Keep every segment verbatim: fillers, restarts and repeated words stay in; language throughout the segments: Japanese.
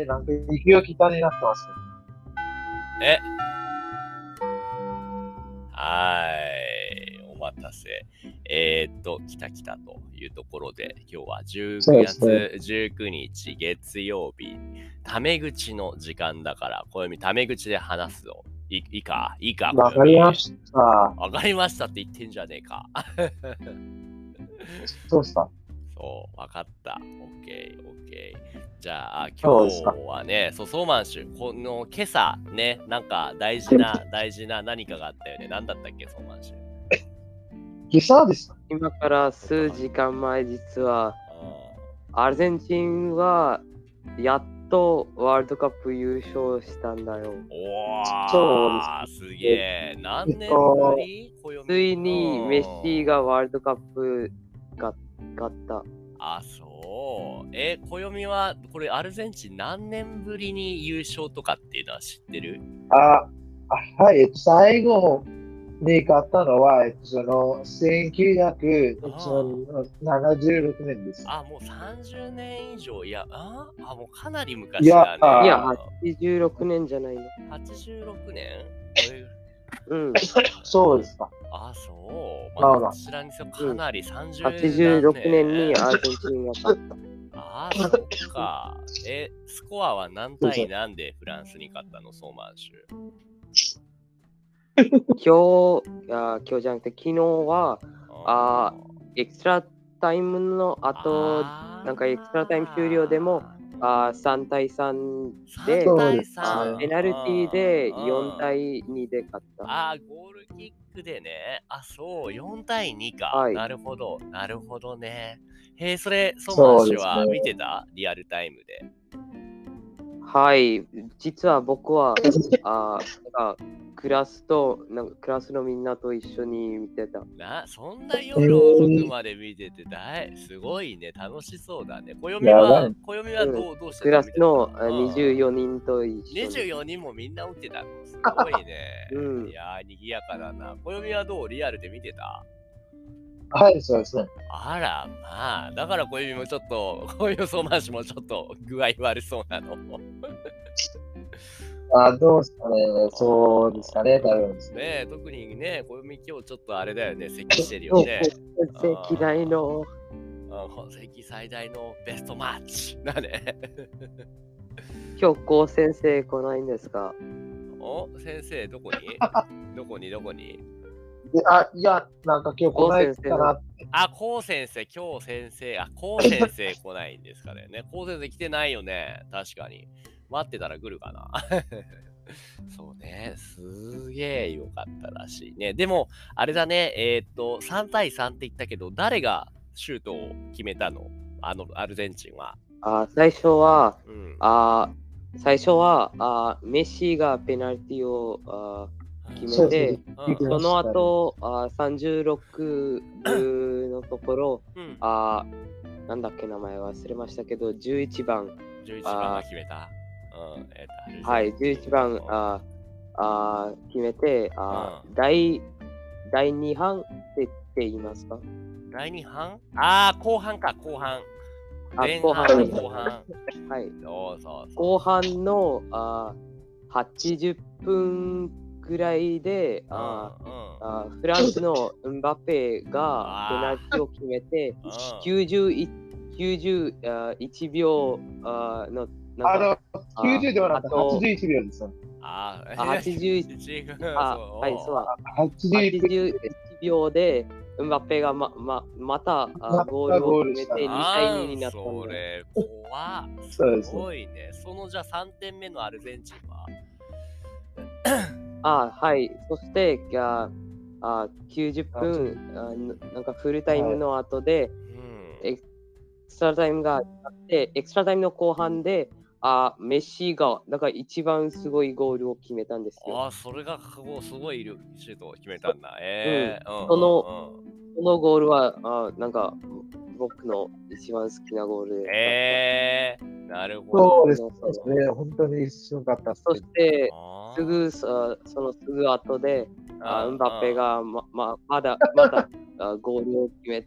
なんか息がきたになってますね。えはーい、お待たせ。えー、っと、来た来たというところで、今日はじゅうくがつじゅうくにち月曜日、タメ口の時間だから、暦タメ口で話すぞ。いいいかいいかわかりました。 わかりましたって言ってんじゃねえか。 そうっすか。 そう、わかった。オッケー、オッケー。じゃあ、今日はね、そう、ソーマン氏、この今朝ね、なんか大事な、大事な何かがあったよね。何だったっけ、ソーマン氏。 今朝ですか？ 今から数時間前、実は、アルゼンチンはやっとワールドカップ優勝したんだよ。 おー、すげえ。何年ぶり？ ついにメッシがワールドカップが勝った。 あ、そう。え、暦は、これアルゼンチン何年ぶりに優勝とかっていうのは知ってる？ あ、あはい、最後に勝ったのは、えっと、そのせんきゅうひゃくななじゅうろくねんです。 あ、もうさんじゅうねん以上。いや、あ、あもうかなり昔だね。 いや、はちじゅうろくねんじゃないの。 はちじゅうろくねんうん。 そうですか。 あ、そう。まあ、こちらにせよかなりさんじゅうねん。 はちじゅうろくねんにアルゼンチンが勝った。 ああ、そっか。え、スコアは何対何でフランスに勝ったの、ソーマン州？ 今日、あ今日じゃなくて昨日は、あエクストラタイムの後、なんかエクストラタイム終了でも、あさん対さんで、あペナルティーでよん対にで勝った。 ああ、ゴールキックでね。あ、そう、よん対にか。 はい、 なるほど、なるほどね。へえ、それ、ソーマン氏は見てた？リアルタイムで。 はい、実は僕は、あなんかクラスとなんかクラスのみんなと一緒に見てた。 な、そんな夜遅くまで見ててだい、すごいね、楽しそうだね。暦は、暦はどう、どうしてた？ クラスのにじゅうよにんと一緒に。 にじゅうよにんもみんな起きてたの？すごいね。 うん、 いやー、賑やかだな。暦はどう？リアルで見てた？ はい、そうですね。 あら、まあ、だから小指もちょっと、こういう相馬市もちょっと具合悪そうなの。 あ、どうですかね。そうですかね、多分ですね。特にね、小指今日ちょっとあれだよね、咳してるよね。 咳嫌いの。 本籍最大のベストマッチだね。 今日、こう先生来ないんですか？ お、先生、どこにどこにどこにあ、いや、なんか今日来ないかなって。 あ、こう先生、今日先生、あ、こう先生来ないんですかね。ね、こう先生来てないよね。確かに。待ってたら来るかな。そうね、すげえ良かったらしいね。でも、あれだね、えー、っと、さん対さんって言ったけど、誰がシュートを決めたの？あの、アルゼンチンは。 あ最初は、 うん、 あ最初はあメッシがペナルティをあ決めて、その後あさんじゅうろくのところ、うん、あなんだっけ名前忘れましたけど、じゅういちばん。 じゅういちばんが決めた。うんえー、はい、じゅういちばんああ決めて、あ、うん、第第に半って言いますか？ 第に半？ああ、後半か、後半。前半後半。 後半。 はい。 そうそうそう。 後半のあはちじゅっぷんくらいで、うん、ああフランスのンバペがペナルティを決めて、きゅうじゅういちびょうあのあの、きゅうじゅうではなくてはちじゅういちびょうですね。 ああ、はちじゅういち。あ、はい、そう。はちじゅういちびょうで、ンバペがま、ま、またあゴールを決めてに対にになったんだ。 それ、怖っ。すごいね。そのじゃあさんてんめのアルゼンチンはあ、はい。そして、ああきゅうじゅっぷんあ、なんかフルタイムの後で、はい、エクストラタイムがあって、エクストラタイムの後半で、あメッシがだから一番すごいゴールを決めたんですよ。 ああ、それがすごいシュートを決めたんだ。えーうん、その、そのゴールはあなんか僕の一番好きなゴールで。 えー、なるほど。 そうですね、本当に一瞬かった。 そして、すぐそのすぐ後で、あンバペがまままだまだゴールを決めて、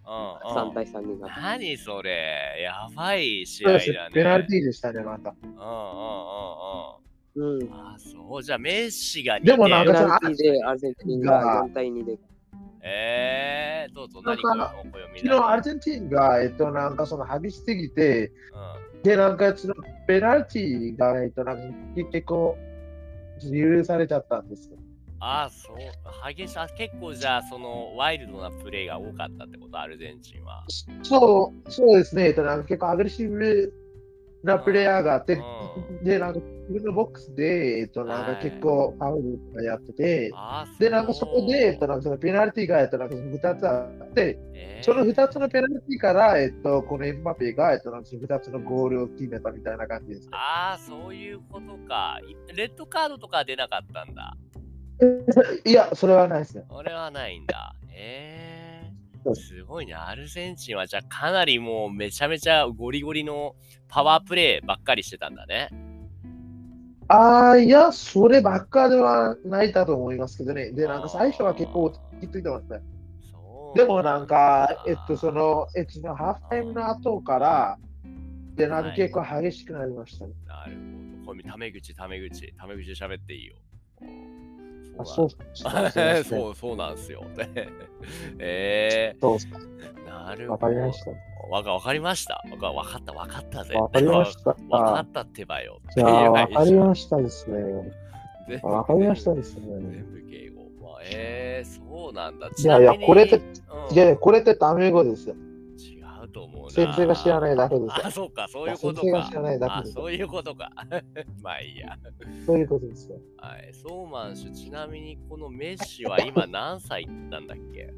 うんさん対さんになった。 何それ、やばい試そうです合だね。 ペナルティーでしたね、また。 うんうんうんうん。 うん。 あ、そう。じゃあ、メッシがにでもなんペかナルティーでアルゼンチンがよん対にで。 えー、どうぞ、 なん何かかお読み昨日アルゼンチンが、えっと、なんかその激しすぎて、 うん。 で、なんかそのペナルティーが、えっと、なんか結構許されちゃったんですよ。 あ、そう。激しあ結構じゃあ、そのワイルドなプレーが多かったってこと、アルゼンチンは。 そう、そうですね。えっと、なんか結構アグレッシブなプレイヤーがあって、 うんで、なんか自分のボックスで、えっと、なんか結構ファウルとかやってて、 あ、そう。 で、なんかそこで、えっと、なんかそのペナルティーが、えっと、なんかふたつあって、 えーそのふたつのペナルティーから、えっと、このエムバペが、えっと、なんかふたつのゴールを決めたみたいな感じですね。 ああ、そういうことか。いレッドカードとかは出なかったんだ。 いや、それはないですね。 それはないんだ。えー、 そうですすごいね。アルゼンチンはじゃあかなりもうめちゃめちゃゴリゴリのパワープレイばっかりしてたんだね。 ああ、いや、そればっかではないだと思いますけどね。で、なんか最初は結構きついてましたよ。 そうでもなんか、えっと、 そその、えっと、そのハーフタイムの後から、で、なんか結構激しくなりましたね。 なるほど。これ、タメ口、タメ口、タメ口で喋っていいよ。 あ、そうそうそうですね。 そう、そうなんすよ。えそうっすか。 ー、なるほど。 わかりました。 わかわかりました。わかわかった、わかったぜ。 わかりました。 わかったってばよ。 じゃあ、わかりましたですね。 全部わかりましたですね。 全部敬語。まあ、えー、そうなんだ。 いやいや、これって、 うんいやいや、これってタメ語ですよ。 違うと思うな。 先生が知らないだけですよ。 あ、そうか、そういうこと先生がか知。らないだけあ、 ですよ。 そういうことか。まあいいや。 そういうことですよ。 はい、ソーマン氏、ちなみにこのメッシは今何歳なんだっけ？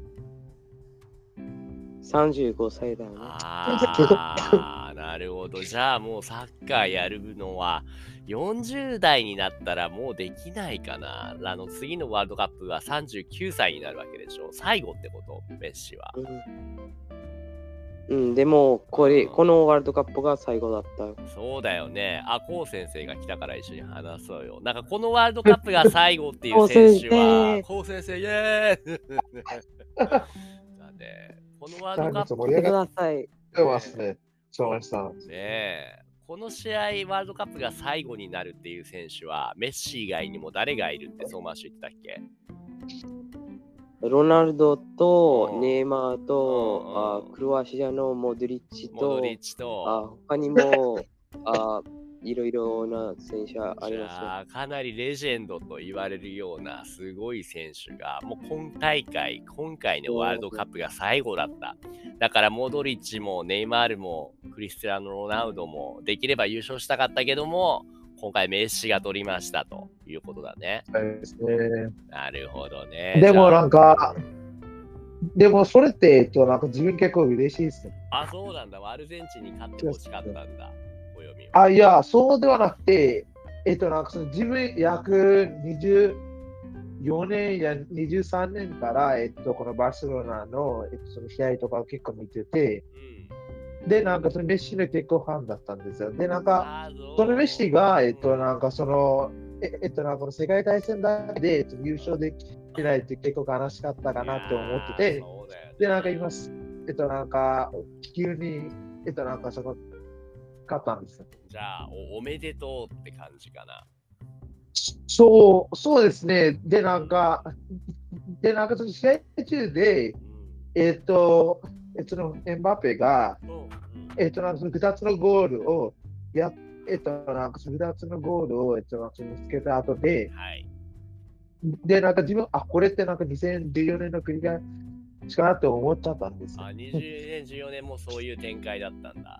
さんじゅうごさいだよね。 ああ、なるほど。じゃあもうサッカーやるのはよんじゅう代になったらもうできないかな。あの次のワールドカップはさんじゅうきゅうさいになるわけでしょ。最後ってことメッシは。 うん、うん、でもこれ、このワールドカップが最後だったよ。 そうだよね。あ、コウ先生が来たから一緒に話そうよ。なんかこのワールドカップが最後っていう選手は、コウ先生、イェーイだね。このワールドカップ盛り上がっください。 てますね。そうました。 ねえ。この試合、ワールドカップが最後になるっていう選手は、メッシ以外にも誰がいるってソーマン氏言ってたっけ？ ロナルドとうんネイマーと、 うんあクロアチアのモドリッチモドと、 リッチと、 あ他にもあいろいろな選手ありますよ。 じゃあかなりレジェンドと言われるようなすごい選手が、もう今大会、今回のワールドカップが最後だった。だからモドリッチもネイマールもクリスティアーノ・ロナウドもできれば優勝したかったけども、今回メッシが取りましたということだね。 そうですね。 なるほどね。 でもなんか、 じゃあでもそれって、えっと、なんか自分結構嬉しいですね。 あ、そうなんだ。アルゼンチンに勝ってほしかったんだ。暦は。 あ、いや、そうではなくて、えっと、なんかその自分約にじゅうよねんやにじゅうさんねんから、えっと、このバルセロナの、えっと、その試合とかを結構見てて、 うん、 で、なんかそのメッシの結構ファンだったんですよ。で、なんか、 あーそのメッシが、えっと、 うんなんかその、ええっと、なんかこの世界大戦だけでえっと優勝できないって結構悲しかったかなって思ってて、 いやーそうだよねで、なんか今、えっと、なんか、地球に、えっと、なんかその、勝ったんですよ。 じゃあお、おめでとうって感じかな。 そう、そうですね。で、なんか、で、なんかその試合中で、えっと、えっと、そのエムバペが、 うんうんえっと、なんかそのふたつのゴールをやっえっと、なんかそのふたつのゴールを、えっと、なんかその見つけた後で、 はい。 で、なんか自分、あ、これってなんかにせんじゅうよねんの繰り返しかなって思っちゃったんですよ。 あ、にじゅうねん、じゅうよねんもそういう展開だったんだ。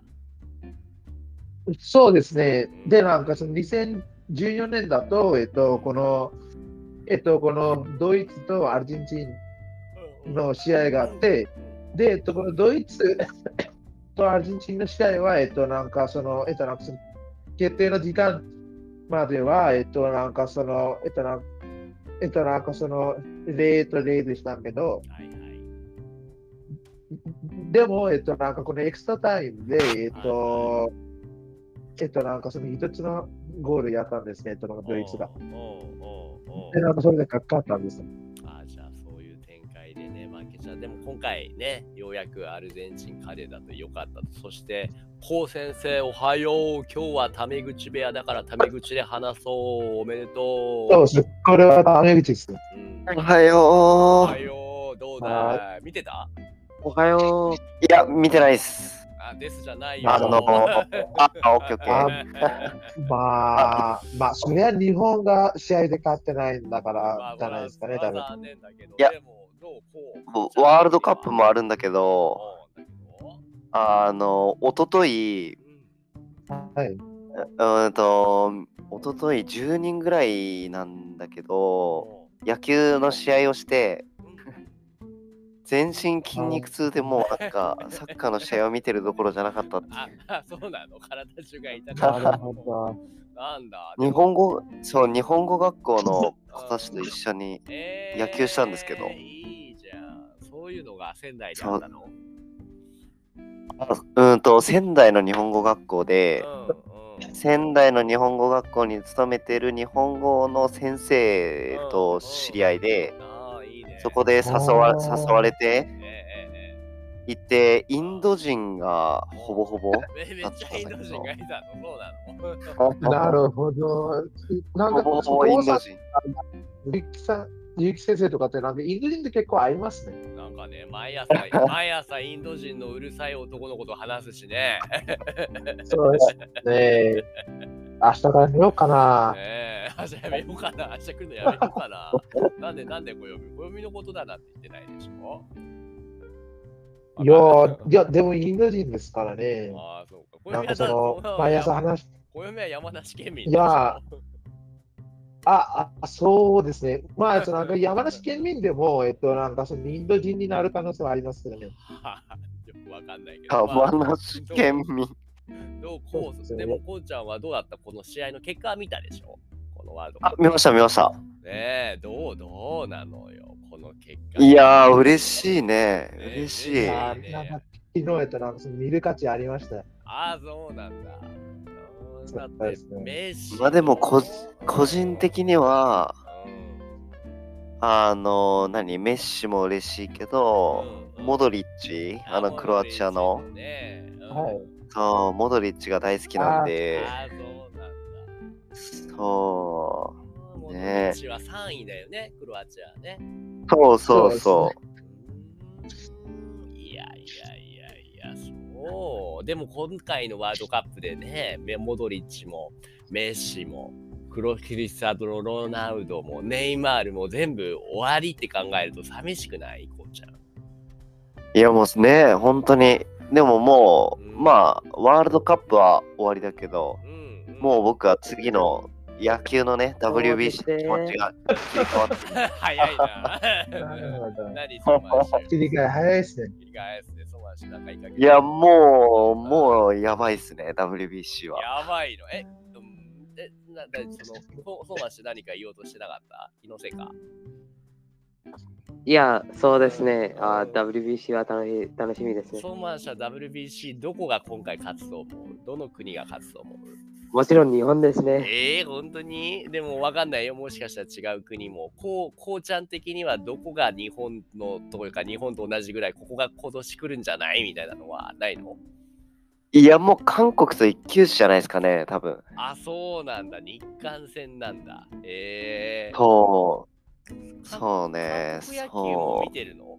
そうですね。で、なんかそのにせんじゅうよねんだと、えっと、この、えっと、このドイツとアルゼンチンの試合があって、で、えっと、このドイツとアルゼンチンの試合は、えっと、なんかその、えっと、なんかその決定の時間までは、えっと、なんかその、えっと、なんかえっと、なんかその、ゼロとゼロでしたけど、 はいはい。 でも、えっと、なんかこのエクストラタイムで、えっと、えっと、なんかその一つのゴールやったんですね、えっと、ドイツが。 おうおうおうおうで、なんかそれで勝ったんですよ。 あ、じゃあそういう展開でね、負けちゃっーでも今回ね、ようやくアルゼンチン勝てたとよかったと。そして、コウ先生おはよう。今日はタメ口部屋だからタメ口で話そう。おめでとう。 そうです。これはタメ口です。 うん、 おはよおう。 はよう。どうだい見てたおはよう。 いや、見てないっす。 あ、ですじゃないよ。 あのあ、あオッケーオッケあー。 まあ、まあ、それは日本が試合で勝ってないんだかまらあ、 じゃないですかね、 まあ多分。 残念だけど、 いやでもどうこもううワールドカップもあるんだけど、 うんだけどあの、おととい、 はい。 うんと、おとといじゅうにんぐらいなんだけど、野球の試合をして、全身筋肉痛でもうなんかサッカーの試合を見てるどころじゃなかったっていう。 あ、そうなの体中が痛かった。 なるほど。 なんだ日本語、そう、日本語学校の子たちと一緒に野球したんですけど。 えーいいじゃん。そういうのが仙台であったのうんと、仙台の日本語学校で、 うんうん、 仙台の日本語学校に勤めてる日本語の先生と知り合いで、 あいいね、 そこで誘わ誘われてえーえ行って、インド人がほぼほぼーえーめめっちゃインド人がいたのそうなのなるほど。なんか、 ほぼほぼインド人。 ゆきさん、ゆき先生とかって、なんかインド人って結構合いますね。 なんかね、毎朝、毎朝インド人のうるさい男のことを話すしね。 そうですね。明日から寝ようかな。 ねえ、明日やめようかな。明日来るのやめようかな。なんで、なんで暦暦のことだなんて言ってないでしょいや、いや、でもインド人ですからね。 ああ、そうか。 なんかその、毎朝話し暦は山梨県民いやあ、あ、そうですね。まあ、そのなんか山梨県民でも、えっと、なんかそのインド人になる可能性はありますけどね。 よくわかんないけど。 山梨県民。 どうこうでも、こうちゃんはどうだったこの試合の結果は見たでしょこのワールドカッあ、 プ。 見ました見ました。 ねえ、どうどうなのよ、この結果。 いやー、嬉しいね。 ね嬉しい。 ねいやーなんか昨日、えっと、なんかその見る価値ありました。 ああ、そうなんだ。 そうだってですねメッシまあでもこ、個人的には、あの、何、メッシも嬉しいけど、 うんモドリッチ、あのクロアチアの、 ねうんはい。 そう、モドリッチが大好きなんで、 ああ、そうなんだ。 そモドリねッチはさんいだよね、クロアチアね。 う、そうそうそそうーんいやいやいやいや、そう。でも今回のワールドカップでね、メモドリッチもメッシもクロキリスタド・ロナウドもネイマールも全部終わりって考えると寂しくないこうちゃん。 う。いやもうね、本当に、でももう、 うんまあ、ワールドカップは終わりだけど、 うんうん、 もう僕は次の野球のね、ダブリュービーシー の気持ちが切り替わって、 早いな。 なるほど何その話。 切り替え早いですね。 切り替えですね。その話なんかいいかけいや、もう、もうやばいっすね、ダブリュービーシー は。 やばいの。え、うんえ、な、な、その、そうそうはして何か言おうとしてなかった気のせいか。 いや、そうですね。あ ダブリュービーシー は楽し楽しみですね。 ソーマン社 ダブリュービーシー どこが今回勝つと思うどの国が勝つと思うもちろん日本ですね。 えー、本当にでもわかんないよ。もしかしたら違う国も。こう、こうちゃん的にはどこが日本のというか日本と同じぐらいここが今年来るんじゃないみたいなのはないのいや、もう韓国と一騎打ちじゃないですかね、多分。 あ、そうなんだ。日韓戦なんだ。えー。 そう。 韓そうね、 韓国野球もそう。 見てるの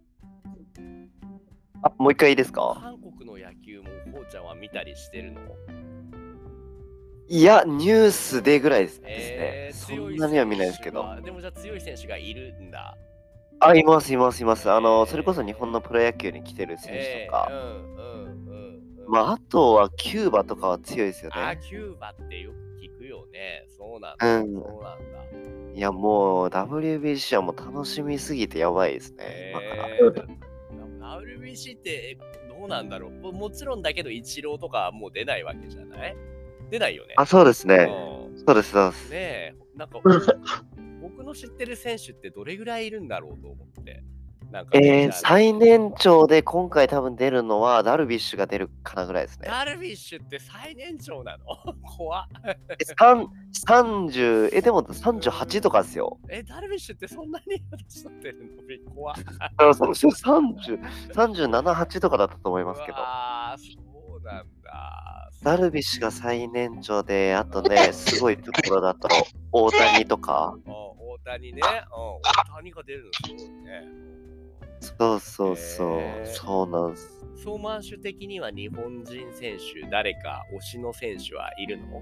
あ、もう一回いいですか？ 韓国の野球もこうちゃんは見たりしてるのいや、ニュースでぐらいですえー、 ね。そ強いんなには見ないですけど。 選手がでもじゃあ強い選手がいるんだ。 あ、います、います、います。あえの、 ーそれこそ日本のプロ野球に来てる選手とか。 えーうんうんうんうん。 まあ、あとはキューバとかは強いですよあ、 ね。 キューバってよく聞くよね。そうなんだ。 うんそうなんだ。 いや、もう ダブリュービーシー はもう楽しみすぎてやばいですね、今から。 えー、ダブリュービーシー ってどうなんだろうももちろんだけど、イチローとかはもう出ないわけじゃない出ないよね。 あ、そうですね。 うんそうです、そうです。 ねえ、なんか僕の知ってる選手ってどれぐらいいるんだろうと思って。 なんかえー、 メジャーで最年長で今回多分出るのはダルビッシュが出るかなぐらいですね。 ダルビッシュって最年長なの怖っ。 えさんさんじゅう、え、でもさんじゅうはちとかですよ。 え、ダルビッシュってそんなに年取ってるの怖っ。 あそうそうさんじゅう、さんじゅうなな、はちとかだったと思いますけど。 ああ、そうなんだ。 ダルビッシュが最年長で、あとね、すごいところだと、大谷とか。 うん、大谷ね。うん、大谷が出るのすごいね。 そうそうそう、 へーそうなんです。 ソーマンシュ的には日本人選手、誰か推しの選手はいるの？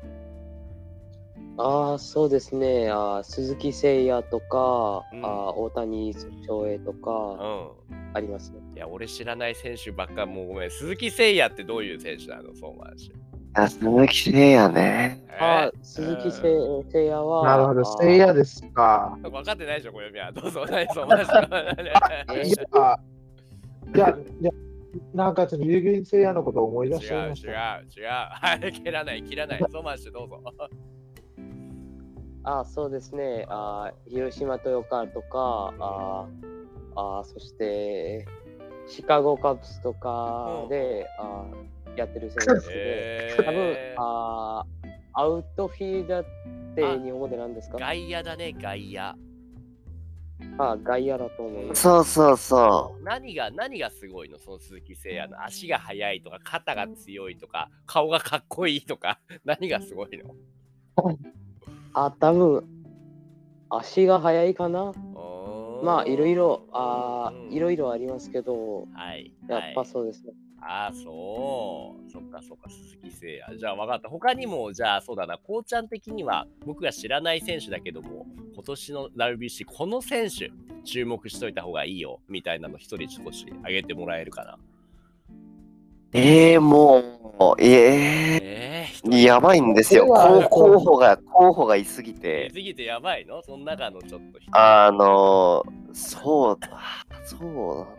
ああ、そうですね。あー鈴木誠也とか、 うんあー大谷翔平とうかん。 ありますね。 いや、俺知らない選手ばっか、もうごめん。鈴木誠也ってどういう選手なの？ソーマンシュ。 あ鈴木誠也ね。 あー鈴木誠うん誠也は、 なるほど、 あーせいやですか。 分かってないでしょ、小読みは。どうぞ、何ソーマンシュ。 えいや、いや、いや、なんかその有限せいやのことを思い出し違ちゃいうま違うした。 違う。はい、切らない切らない。ソーマンシュどうぞ。 あーそうですね。あー広島トヨカとか、あーあーそしてシカゴカブスとかで、あーやってる選手で、 え多分ー、 あーアウトフィーダーって日本語で何ですか？ 外野だね、外野。 あ外野だと思います。 そうそうそ何が何がすごいの？その鈴木誠也の足が速いとか肩が強いとか顔がかっこいいとか何がすごいの？ あ、多分足が速いかな。まあいろいろあうんいろいろありますけど、 はいやっぱはい、 そうですね。 ああそうそっかそっか鈴木誠也じゃあ分かった。他にもじゃあそうだな、こうちゃん的には僕が知らない選手だけども今年の ダブリュービーシー この選手注目しといた方がいいよみたいなの一人少し挙げてもらえるかな？ う。ええー、もう、えええー、 ー、やばいんですよ。 それは候候補が、候補がいすぎ言いて。 すぎてやばいの？その中のちょっと一人。 あの、そうだ、そうだな。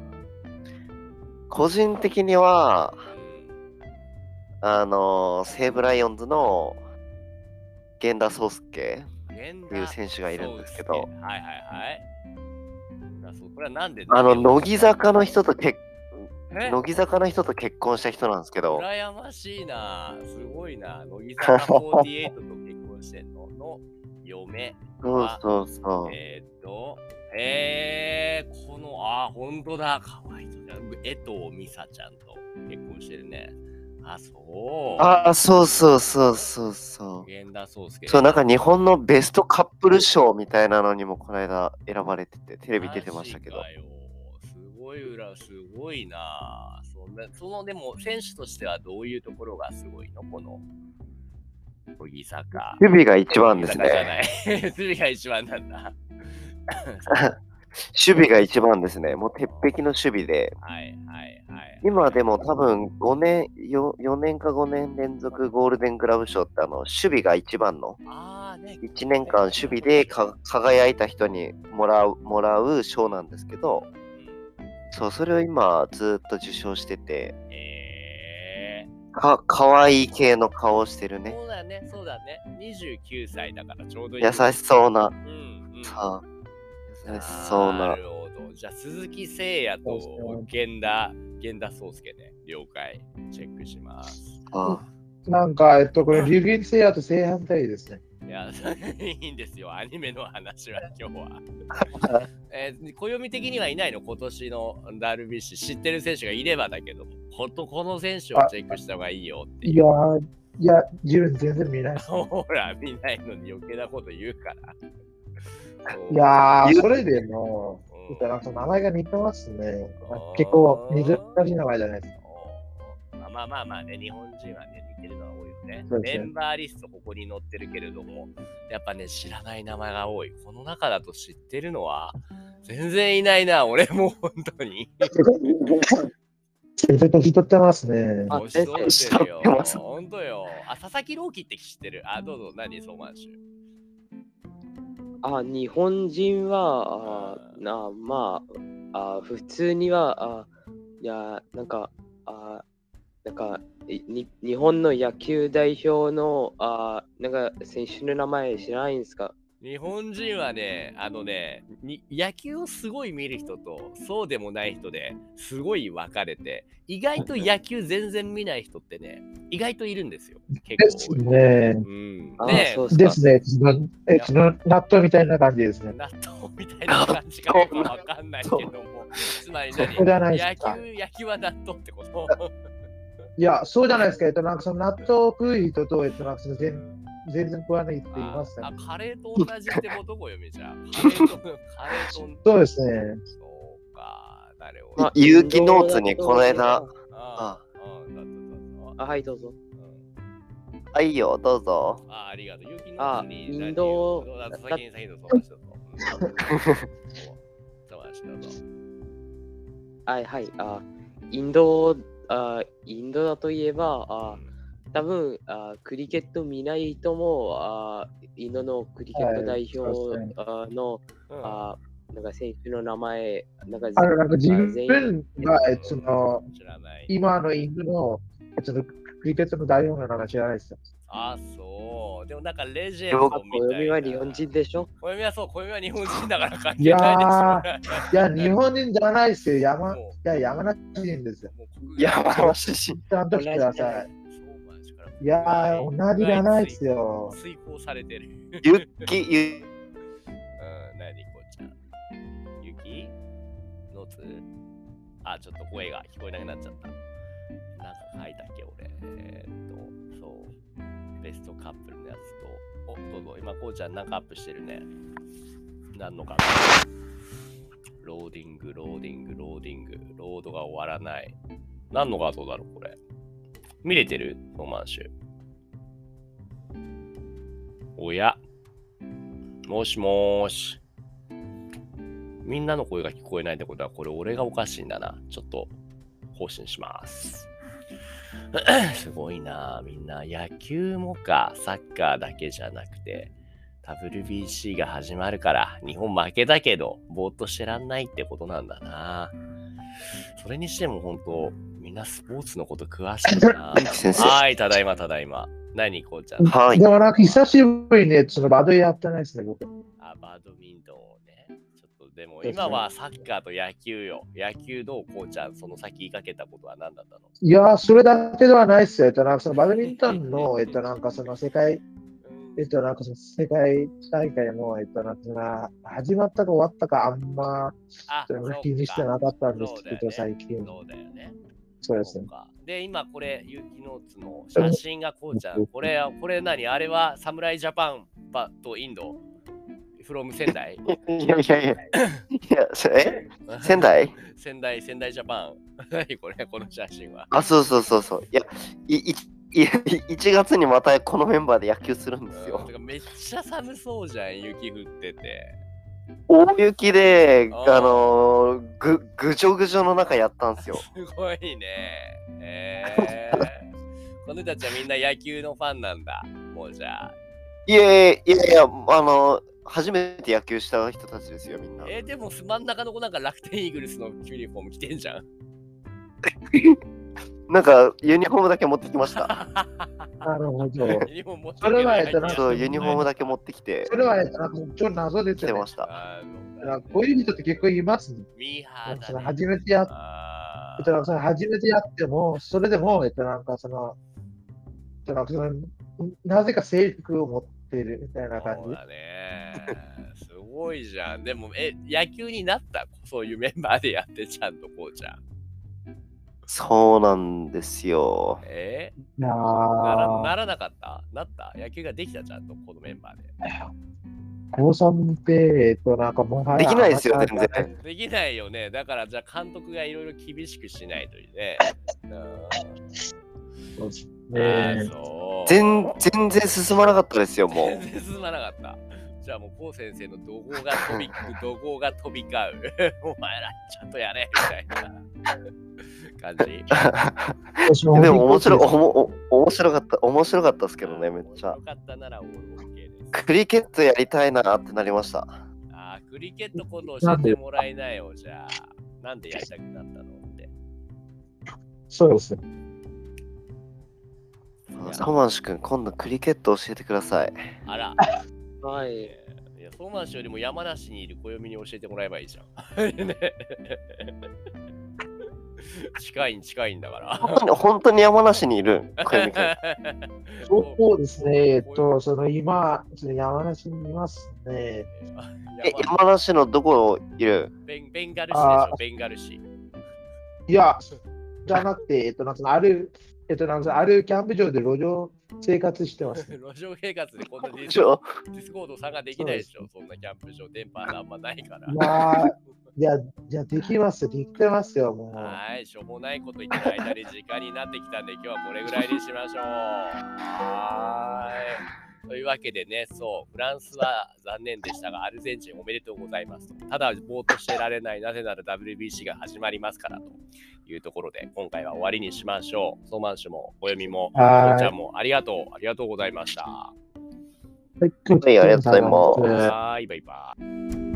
個人的には、あの、西武ライオンズの源田壮介源っていう選手がいるんですけど、 はいはいはい。だそうこれはなんであの、乃木坂の人と結え乃木坂の人と結婚した人なんですけど、 羨ましいな。すごいな。乃木坂フォーティーエイトと結婚してんのの嫁。 そうそうそう。 えー、っと、えー、この、あ、ほんとだ。かわいい人だ。江藤美沙ちゃんと結婚してるね。あ、そう。 ああ、そうそうそうそうそう。 源田壮介。 そう、なんか日本のベストカップル賞みたいなのにもこの間選ばれてて、テレビ出てましたけどマ。ジかよすごい裏、すごいな。そんな、その、でも、選手としてはどういうところがすごいの？この、乃木坂。 守備が一番です乃木坂ね。 じゃない。守備が一番なんだ。 守備が一番ですね。もう鉄壁の守備で。 はいはいはい。 今でも多分ごねん、よよねんかごねん連続ゴールデングラブ賞ってあの守備が一番のあーね、 いちねんかん守備でか輝いた人にもらうもらう賞なんですけど、そう、それを今ずっと受賞してて、 えか、かわいい系の顔してるー、 ね。 そうだね、そうだね。にじゅうきゅうさいだからちょうどいい。 優しそうな。 うんうん。 さあ、優しそうな。 なるほど。じゃあ、鈴木誠也と源田、源田壮介ね。了解。チェックします。 あなんか、えっと、これ、流言せいやと正反対ですね。 いや、いいんですよ。アニメの話は今日は。えー、暦的にはいないの？今年のダルビッシュ。知ってる選手がいればだけど、ほんとこの選手をチェックした方がいいよっていう。 いやー、いや、自分全然見ないです。 ほら、見ないのに余計なこと言うから。 いやー、 言うそれでも、 うんなんか名前が似てますねあー。 結構珍しい名前じゃないですか。 おーまあまあまあね、日本人はね、似てるのが多いよね。 そうですねメンバーリストここに載ってるけれども、やっぱね、知らない名前が多い。この中だと知ってるのは、全然いないな、俺も本当に。 めちゃ年取ってますね。 あ年取ってるよ年取ってま。す本当よ。あ、佐々木朗希って知ってる。あ、どうぞ、何、ソーマンシュ。 あ日本人はあなまああ普通にはあいやなんかあなんかいに日本の野球代表のあなんか選手の名前知らないんですか？ 日本人はね、あのねに、野球をすごい見る人とそうでもない人ですごい分かれて、意外と野球全然見ない人ってね、意外といるんですよ。 です結構多い。 ね。 うん、 あでそうですか。 ですね。そのえその納豆みたいな感じですね。 納豆みたいな感じかよくわかんないけども、つまり何そうじゃないです野か。 球、野球は納豆ってこといや、そうじゃないですか。えっと、なんかその納豆を食う人と、えっと、なんかその全全然食わないって言いましたあ、 ね。 カレーと同じってことこよみちゃん。カレーと、カレーと、 そうですね。 そうか、なるほど。 まあ有機ノーツにインドだとこの間、 ああ、うん、だっただった。 あ、はい、どうぞ。 うんあ、いいよ、どうぞ。 あ、ありがとう。有機ノあーツにインド何をどうぞ先に先にどうぞ。話どうぞ。うんそう話どうぞ。 はい、はい。あ、インド、あ、インドだといえば、あ、 うん多分あクリケット見ない人もあインドのクリケット代はいそう表、 ですねあのうんあなんか選手の名前、なんかあの、なんか自あ全員分が、えっと、その、 知らない。 今のインドの、えっと、クリケットの代表の名前知らないですよ。 あ、そう。でもなんかレジェンドみたいな。 暦は日本人でしょ。 暦はそう、暦は日本人だから関いや係ないでしょ。 ー、いや、日本人じゃないですよ。山、いもや、山梨人ですよ。 もう国外山梨市。 ちゃんと来てください。 そうマジからいやー、同じじゃないですよ。 追放されてる。 ゆき、ゆ、 うん、何こっちゃん。雪ノーツあ、ちょっと声が聞こえなくなっちゃった。なんか書いたっけ、俺。えー、っと、そう。ベストカップルのやつと、お、どうぞ。今、こうちゃんなんかアップしてるね。何のカップルローディング、ローディング、ローディング。ロードが終わらない。何の画像だろう、これ。見れてるノーマンシュ。おや。もしもーし。みんなの声が聞こえないってことは、これ俺がおかしいんだな。ちょっと更新します。すごいな。みんな野球もか、サッカーだけじゃなくて、ダブリュービーシー が始まるから、日本負けだけど、ぼーっとしてらんないってことなんだな。それにしても本当、みんなスポーツのこと詳しいな。 ゆき先生。 はい、ただいまただいま。何こうちゃん。 はい。 でもなんか久しぶりにね、そのバドやってないですね、僕。 あ、バドミントンをね。ちょっとでも今はサッカーと野球よ。野球どうこうちゃん、その先言いかけたことは何だったのいやー、それだけではないですよ。えっと、なんかそのバドミントンの、えっと、なんかその世界、えっと、なんかその世界大会も、えっと、なんかその始まったか終わったかあんまあ、 それ気にしてなかったんですけど、 そうだよね最近。 そうだよね。 そうですね。 かで、今これ、ユキノーツの写真がこうちゃん。これ、これ何あれは侍ジャパンバとインド from 仙台いやいやいや。いや、そえ仙台仙台、仙台ジャパン。何これ、この写真は。 あ、そうそうそうそう。いや、いいいいちがつにまたこのメンバーで野球するんですうんよ。 てかめっちゃ寒そうじゃん、雪降ってて。 大雪で、 あーあのー、ぐ、ぐじょぐじょの中やったんですよ。 すごいね。えー、この人たちはみんな野球のファンなんだ。もうじゃあ。 いやいやいや、あのー、初めて野球した人たちですよ、みんな。 えー、でも真ん中の子なんか楽天イーグルスのユニフォーム着てんじゃん。 なんか、ユニフォームだけ持ってきました。 なるほど。 ユニフォーム持ってそれはえっとなんかそう、ユニフォームだけ持ってきてそれは、えっと、なんかちょっと謎ですよね来てま。した。 あのなんかこういう人って結構いますね。 ミーハーそのだね。 初めてやっあえっと、なんかその初めてやっても、それでも、えっと、なんかその、えっと、なんかそのなぜか制服を持ってるみたいな感じ。 そうだね。すごいじゃん。でも、え、野球になったそういうメンバーでやってちゃんとこうちゃん。 そうなんですよ。 えいやー、ならーならなかったなった野球ができたちゃんとこのメンバーで。 高さんって、えっと、なんかもはやできないですよ、 アマチュア全然。 できないよね。だからじゃあ監督がいろいろ厳しくしないといいね。 そうですうん、あねーそう全全然進まなかったですよ、もう。 全然進まなかった。じゃあもうこう先生の怒号が飛び怒号が飛び交う。お前らちゃんとやれみたいな感じ。 私もでも面白い、 本おもお面白かった、面白かったですけどね、めっちゃよ。かったならオール OK です。 クリケットやりたいなってなりました。 あークリケット今度教えてもらいなよ、じゃあ。なんでやりたくなったのって。 そうですね。 いやトマンシ君、今度クリケット教えてください。 あら。 はい。 えーや、相馬市よりも山梨にいる暦に教えてもらえばいいじゃん。ね、近いん近いんだから。 本当に本当に山梨にいる小泉君。 そうですね、えっと、その今、その山梨にいますね。 え、山梨のどこいる？ ベンベンガル市でしょ、ベンガル市。 いや、じゃなくて、えっと、なんかある、えっと、なんかあるキャンプ場で路上生活してます。 路上生活でこんなディスちょディスコード参加できないでしょ、そんなキャンプ場、電波あんまないから。 いやー、いや、いや、できますよ、できてますよ、もう。 はい、しょうもないこと言ってる間に時間になってきたんで、今日はこれぐらいにしましょう。はーい。というわけでね、そう、フランスは残念でしたが、アルゼンチンおめでとうございますと。ただ、ぼーっとしてられない、なぜなら ダブリュービーシー が始まりますからというところで、今回は終わりにしましょう。ソーマンシュも、お読みも、こうちゃんもありがとう、ありがとうございました。 はい、 はい、ありがとうございます。 はい、バイバイ。